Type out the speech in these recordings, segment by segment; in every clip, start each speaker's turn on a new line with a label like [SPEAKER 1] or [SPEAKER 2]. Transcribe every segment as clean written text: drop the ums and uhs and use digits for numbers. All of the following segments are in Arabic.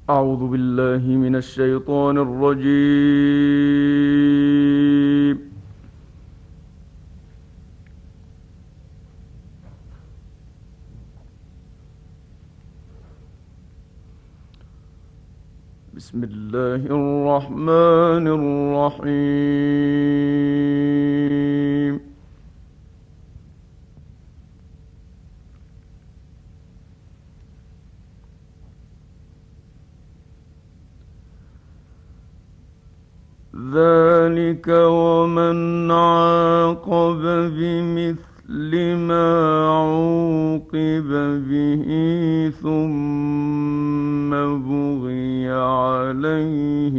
[SPEAKER 1] أعوذ بالله من الشيطان الرجيم. بسم الله الرحمن الرحيم. ذلك ومن عاقب بمثل ما عوقب به ثم بغي عليه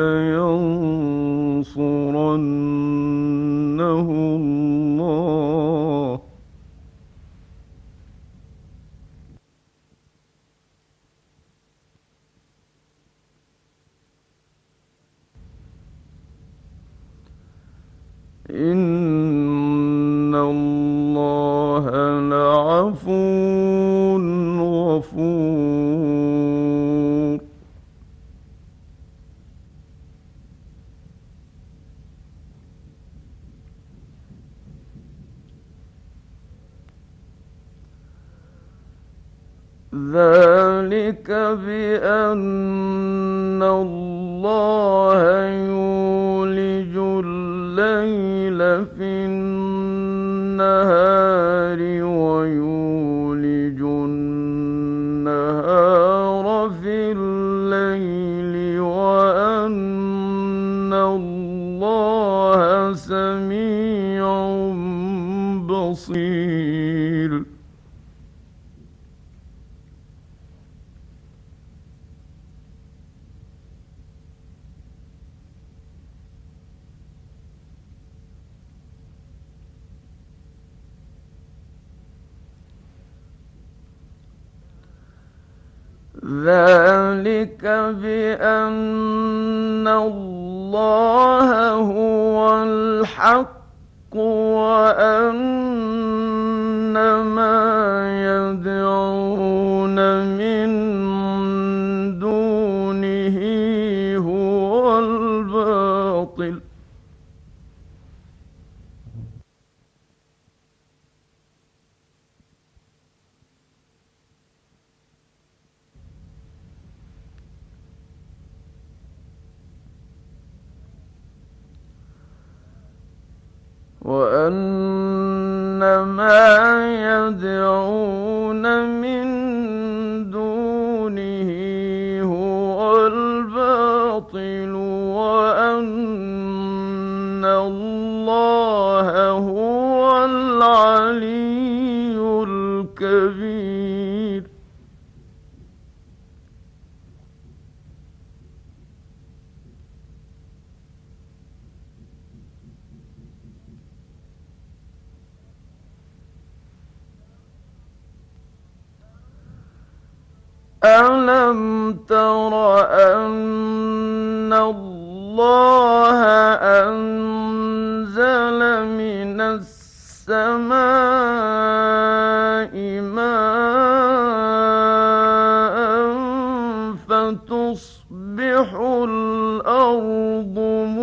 [SPEAKER 1] لينصرنه الله. إن الله لعفو غفور. ذلك بأن الله يولج الليل في النهار ويولج النهار في الليل وأن الله سميع بصير. ذلك بأن الله هو الحق وأن ما يدعون من دونه هو الباطل. وأن ما يدعون من دونه هو الباطل وأن الله هو العلي الكبير. ألم تر أن الله أنزل من السماء ماء فتصبح الأرض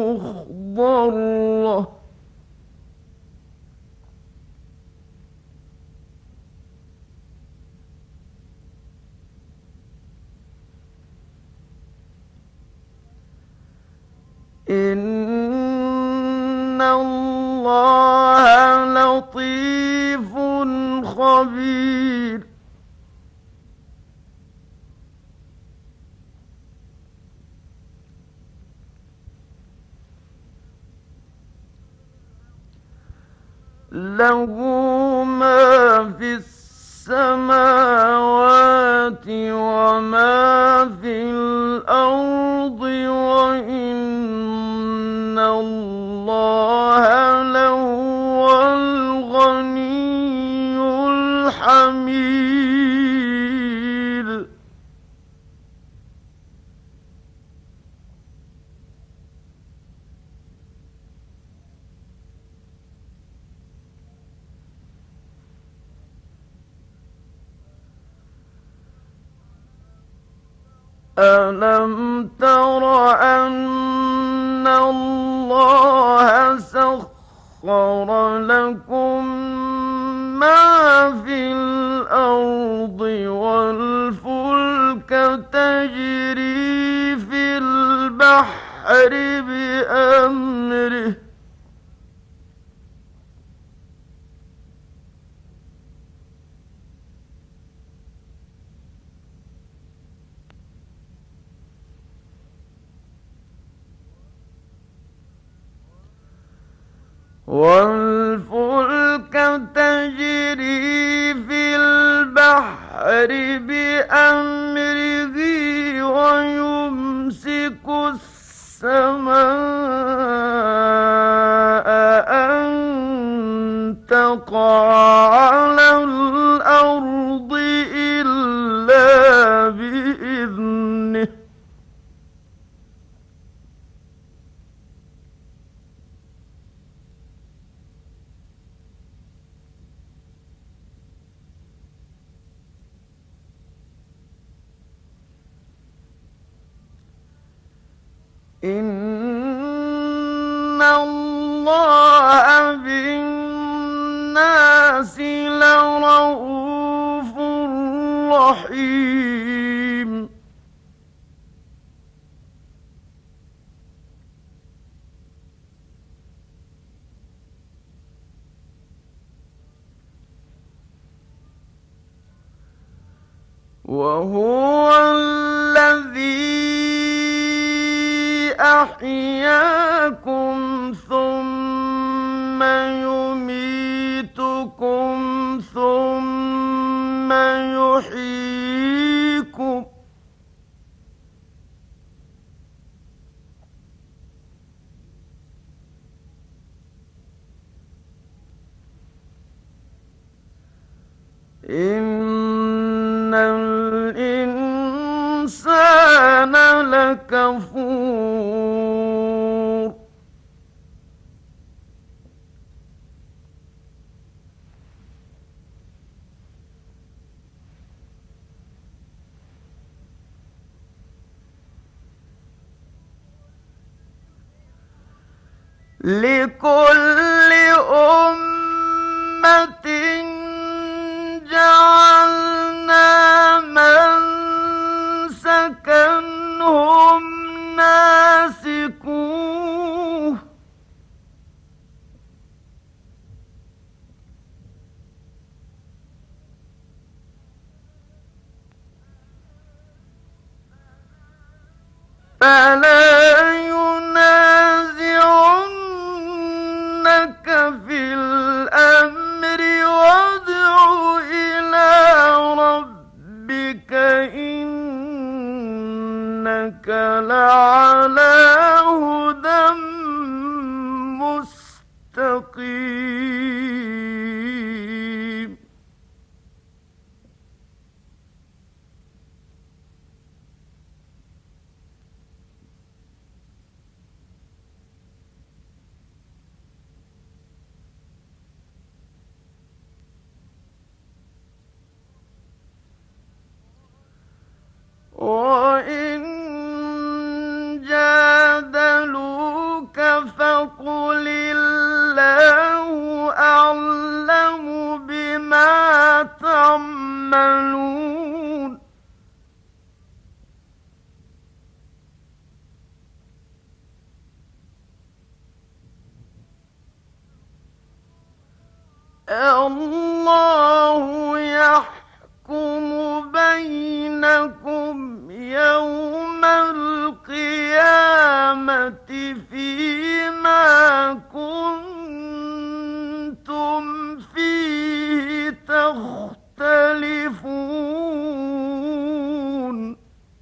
[SPEAKER 1] مخضرة إن الله لطيف خبير. له ما في السماوات وما في الأرض وإن الله لهو الغني الحميد. ألم تر أن الله سخر لكم ما في الأرض والفلك تجري في البحر بأمره والفلك تجري في البحر بأمره ويمسك السماء أن تقع على الأرض إلا بإذنه إن الله بالناس لرءوف رحيم وهو الذي أحياكم ثم يميتكم ثم يحييكم إن الإنسان لكفور لكل أمة جعلنا منسكا هم ناسكوه فلا ينازعنك في الأمر وادع إلى ربك إنك لعلى هدى مستقيم وإن جادلوك فقل الله أعلم بما تعملون الله يحكم بينكم يوم القيامة فيما كنتم فيه تختلفون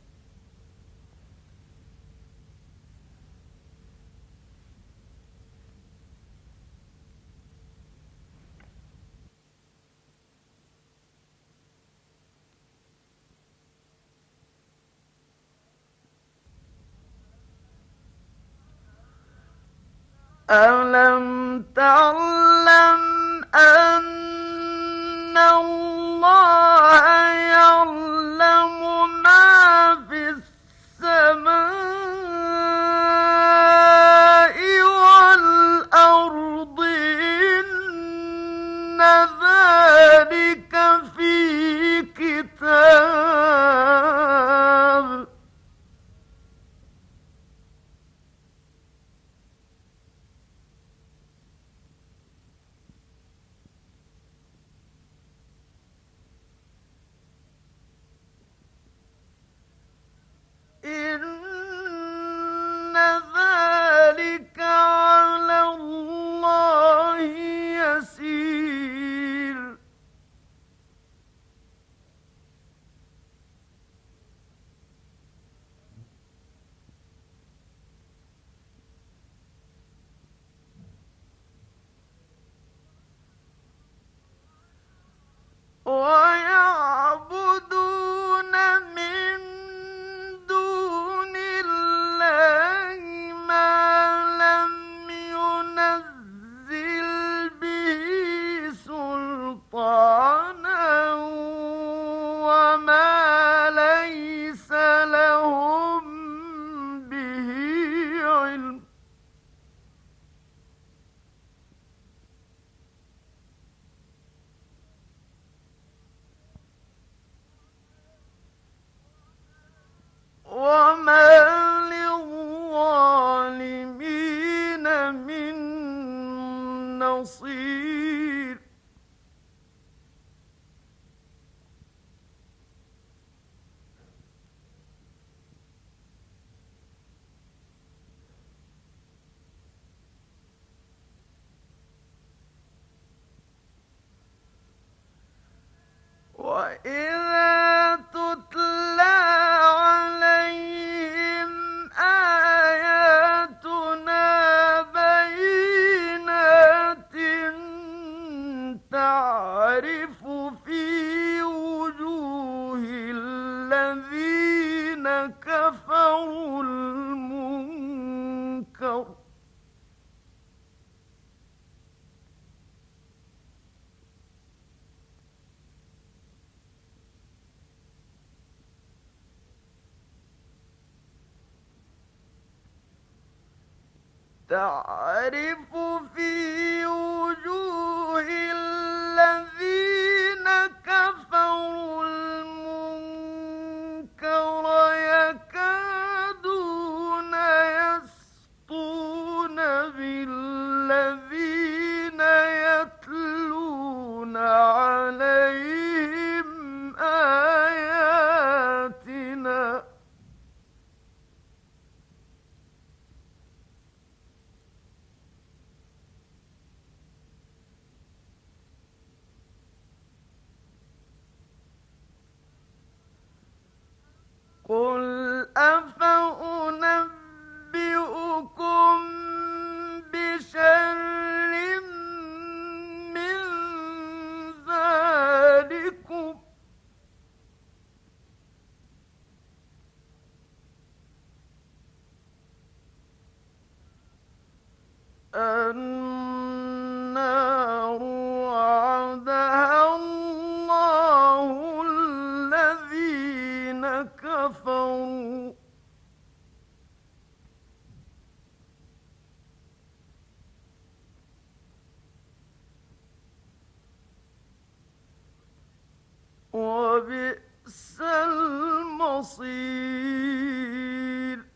[SPEAKER 1] ألم تعلم أن الله يعلم ما في ويعبدون من دون الله ما لم ينزل به سلطانا وما ليس لهم به علم. وما للظالمين من نصير. وإذا تتلى عليهم آياتنا بينات تعرف في وجوه الذين كفروا المنكر تعرف في وجوه الذين كفروا المنكر يكادون يسطون بالذين يتلون عليهم آياتنا قل أفأنبئكم بشر من ذلكم النار وعدها الله الذين كفروا وبئس المصير.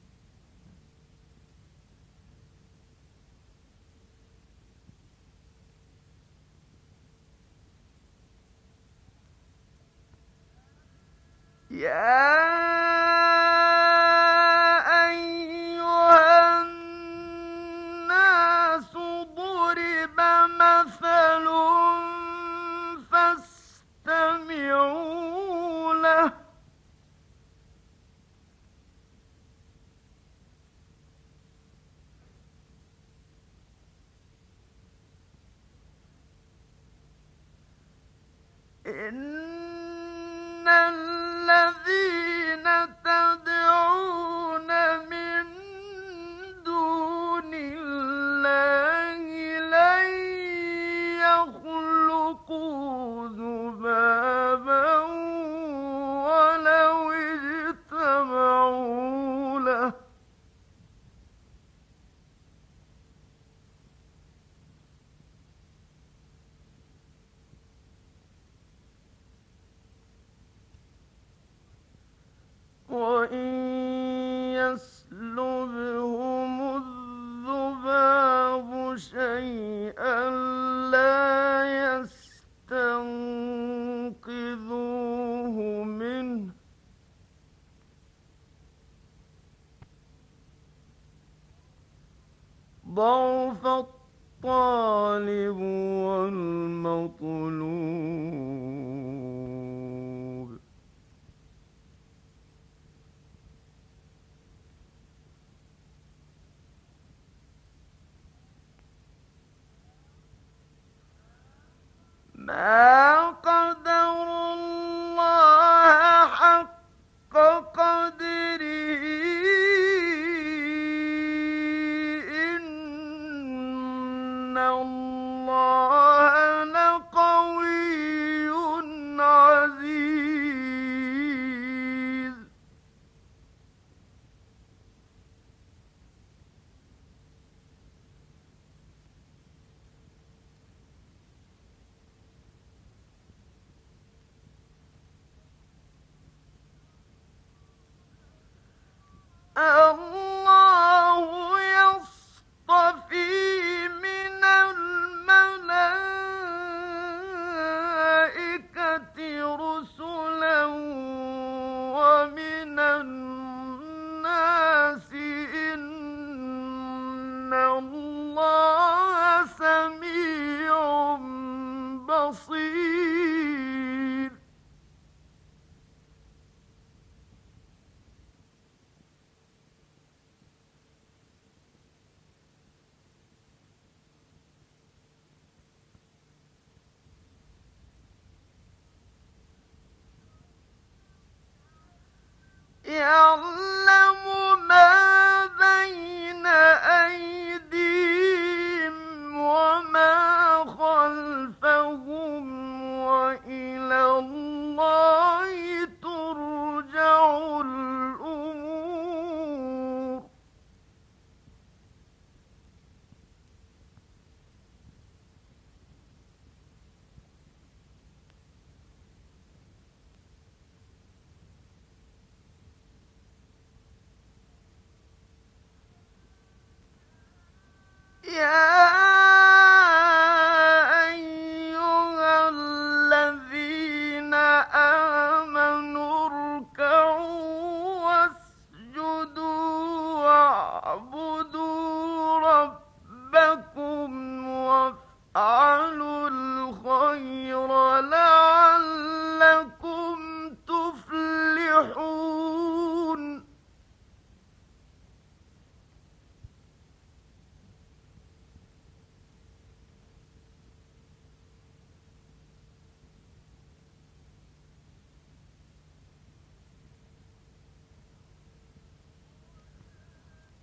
[SPEAKER 1] يا أيها الناس ضرب مثل فاستمعوا له إن الذين تدعون من دون الله لن يخلقوا ذبابا ولو اجتمعوا له وإن يسلبهم الذباب شيئا لا يستنقذوه منه ضعف الطالب والمطلوب. ما قدر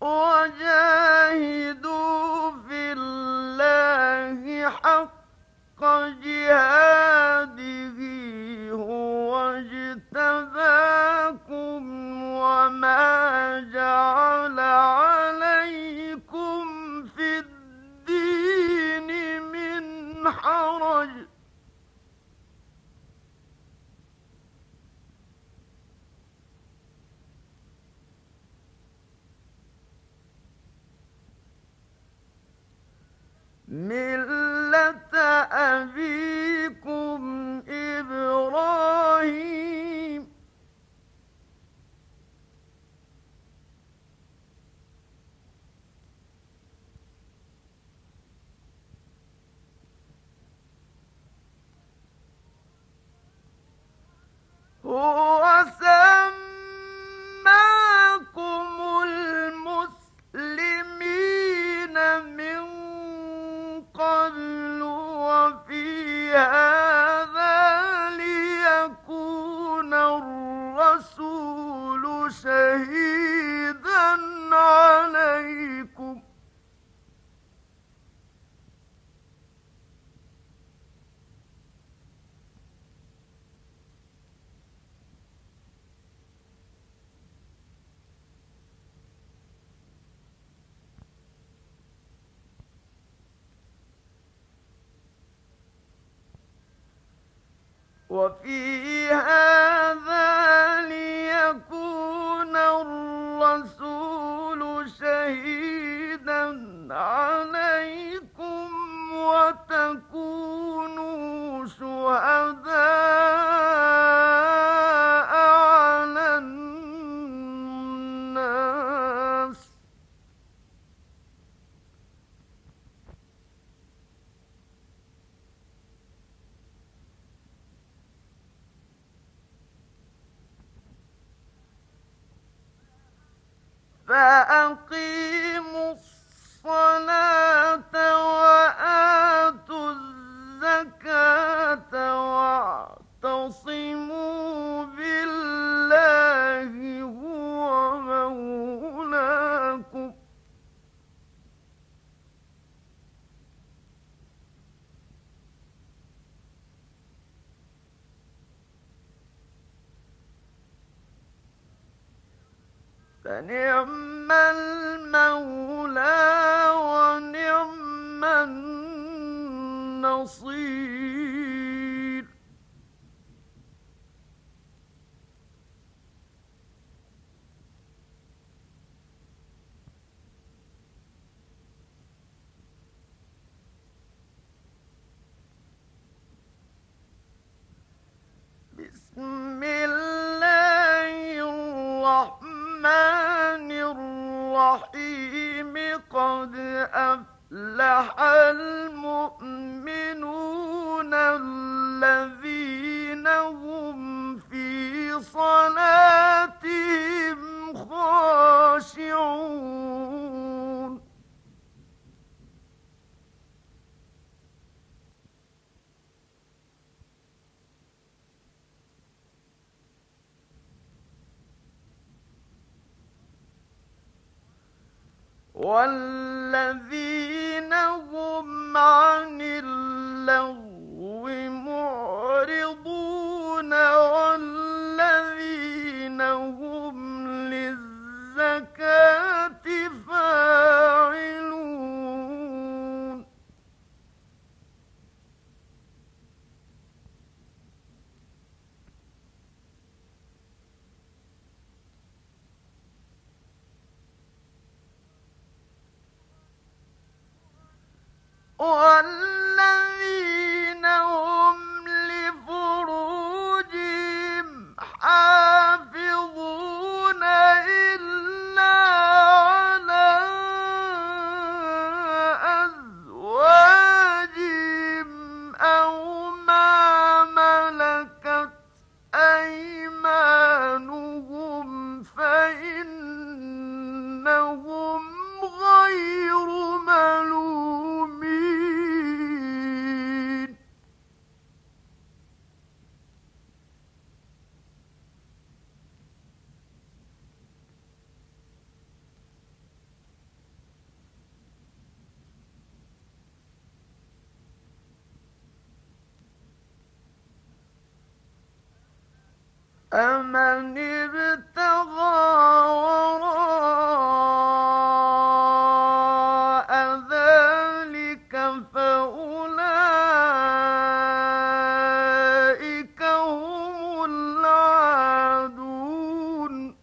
[SPEAKER 1] وجاهدوا في الله حق جهاده هو اجتباكم وما جعل عليكم في الدين من حرج ملة أبيكم إبراهيم هو سماكم المسلمين من قبل وفي هذا ليكون الرسول شهيدا عليكم وفي هذا ليكون الرسول شهيدا عليكم وتكونوا شهداء على الناس فأقيموا الصلاة وآتوا الزكاة واعتصموا بالله هو مولاكم فنعم المولى ونعم النصير بسم الله الرحمن الرحيم قد أفلح المؤمنون الذين هم في صلاتهم خاشعون والذين هم عن اللغو معرضون والذين هم للزكاة فاعلون والذين هم لفروجهم حافظون إلا على أزواجهم أو ما ملكت أيمانهم فإنهم غير ملومين أَمَنِ ابْتَغَىٰ وَرَاءَ ذَٰلِكَ فَأُولَٰئِكَ هُمُ الْعَادُونَ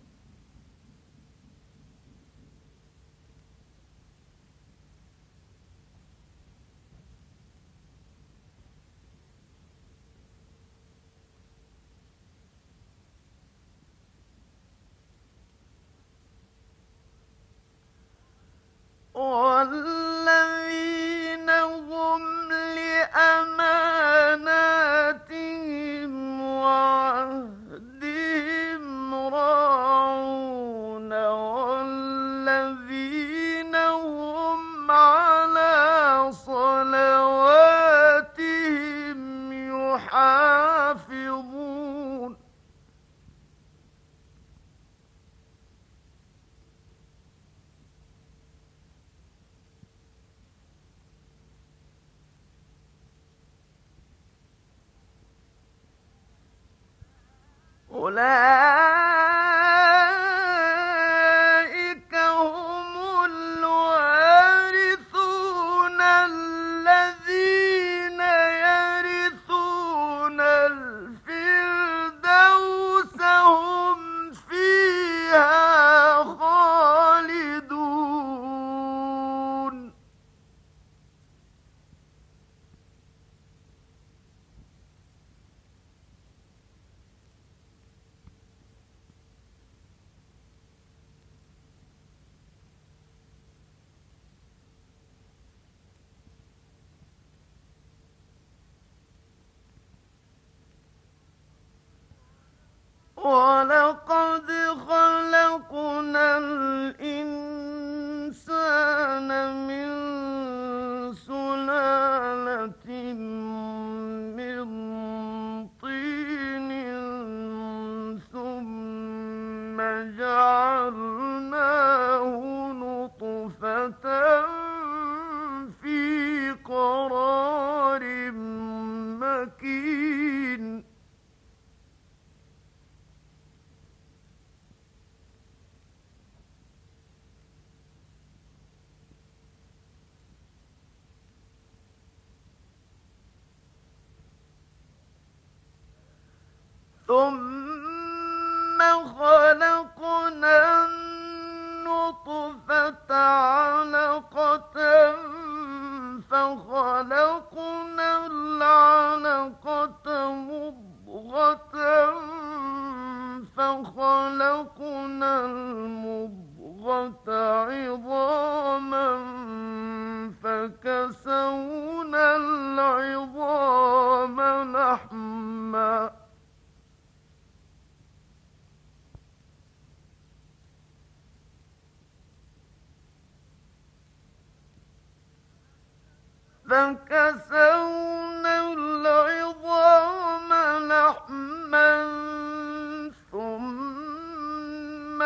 [SPEAKER 1] وَالَّذِينَ هُمْ لِأَمَانَاتِهِمْ وَعَهْدِهِمْ رَاعُونَ وَالَّذِينَ هُمْ عَلَىٰ صَلَوَاتِهِمْ يُحَافِظُونَ أُولَٰئِكَ هُمُ الْوَارِثُونَ الَّذِينَ يَرِثُونَ الْفِرْدَوْسَ هُمْ فِيهَا خَالِدُونَ وَلَقَدْ خَلَقْنَا الْإِنسَانَ مِن سُلَالَةٍ مِّن طِينٍ ثُمَّ جَعَلْنَاهُ نُطْفَةً فِي قَرَارٍ مَّكِينٍ ثُمَّ خَلَقْنَا النُّطْفَةَ عَلَقَةً فَخَلَقْنَا الْعَلَقَةَ مُضْغَةً فَخَلَقْنَا الْمُضْغَةَ عِظَامًا فَكَسَوْنَا الْعِظَامَ لَحْمًا ثُمَّ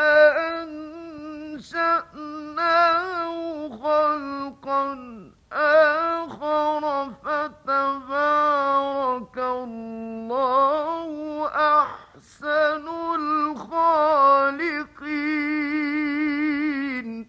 [SPEAKER 1] أَنشَأْنَاهُ خَلْقًا آخَرَ فَتَبَارَكَ اللَّهُ أَحْسَنُ الْخَالِقِينَ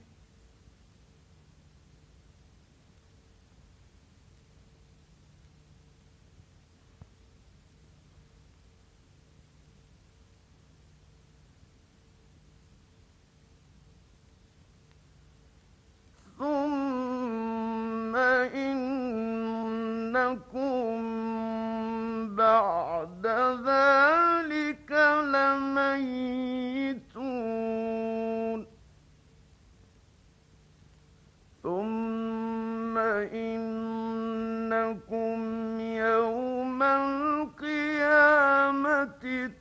[SPEAKER 1] ثُمَّ إِنَّكُم بَعْدَ ذَٰلِكَ لَمَيِّتُونَ ثُمَّ إِنَّكُمْ يَوْمَ الْقِيَامَةِ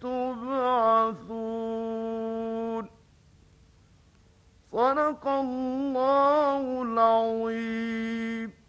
[SPEAKER 1] تُبْعَثُونَ صدق الله العظيم.